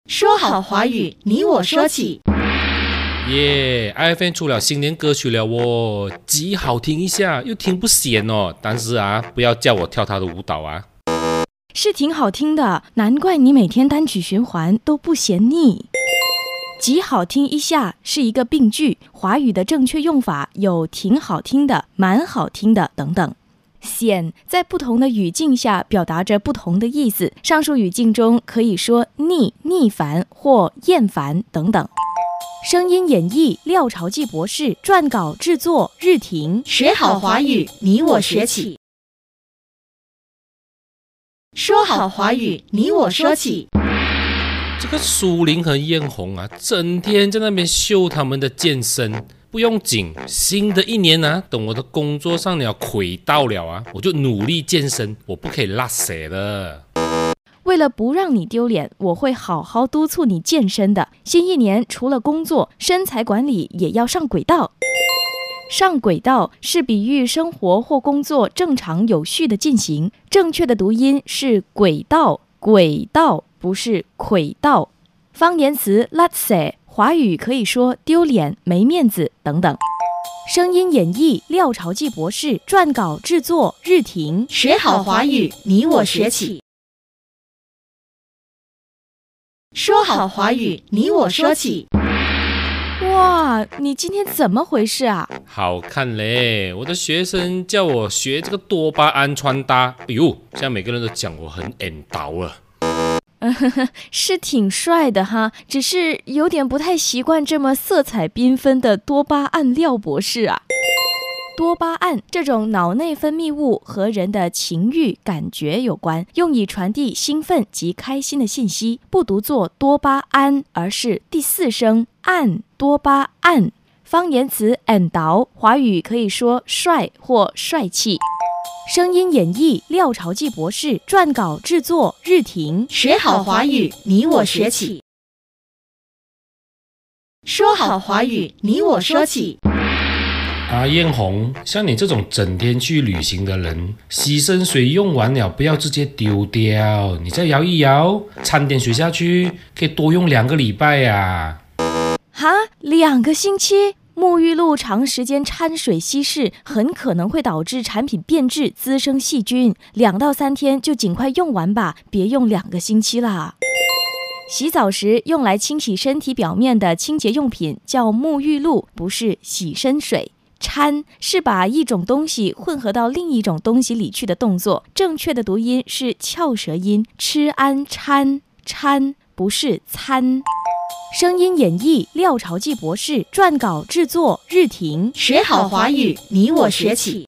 说好华语，你我说起。 耶 ！iPhone 出了新年歌曲了哦，极好听一下，又听不闲哦。但是不要叫我跳他的舞蹈啊。 是挺好听的，难怪你每天单曲循环都不嫌腻。极好听一下是一个病句，华语的正确用法有挺好听的、蛮好听的等等。显在不同的语境下表达着不同的意思，上述语境中可以说腻、腻烦或厌烦等等。声音演绎廖朝记博士，撰稿制作日婷。 学好华语，你我学起。说好华语，你我说起。 这个苏玲和艳红整天在那边秀他们的健身。不用紧，新的一年等我的工作上了轨道了我就努力健身，我不可以落血的。 为了不让你丢脸，我会好好督促你健身的。新一年除了工作，身材管理也要上轨道。上轨道是比喻生活或工作正常有序的进行，正确的读音是轨道，轨道不是轨道。方言词 落血，华语可以说丢脸、没面子等等。声音演绎廖朝记博士，撰稿制作日婷。 学好华语，你我学起。说好华语，你我说起。 哇，你今天怎么回事啊？ 好看嘞！我的学生叫我学这个多巴胺穿搭，哎呦，现在每个人都讲我很引导啊。 是挺帅的哈，只是有点不太习惯这么色彩缤纷的多巴胺廖博士啊。多巴胺这种脑内分泌物和人的情欲感觉有关，用以传递兴奋及开心的信息，不读作多巴胺，而是第四声胺，多巴胺。方言词引导，华语可以说帅或帅气。声音演绎廖朝记博士，撰稿制作日婷。 学好华语，你我学起。说好华语，你我说起。 艳红，像你这种整天去旅行的人，洗身水用完了不要直接丢掉，你再摇一摇，掺点水下去，可以多用2个礼拜呀。 哈，2个星期？沐浴露长时间掺水稀释，很可能会导致产品变质、滋生细菌。2到3天就尽快用完吧，别用2个星期啦。洗澡时用来清洗身体表面的清洁用品叫沐浴露，不是洗身水。掺是把一种东西混合到另一种东西里去的动作，正确的读音是翘舌音，吃安掺，掺不是参。声音演绎廖朝记博士，撰稿制作日婷。 学好华语，你我学起。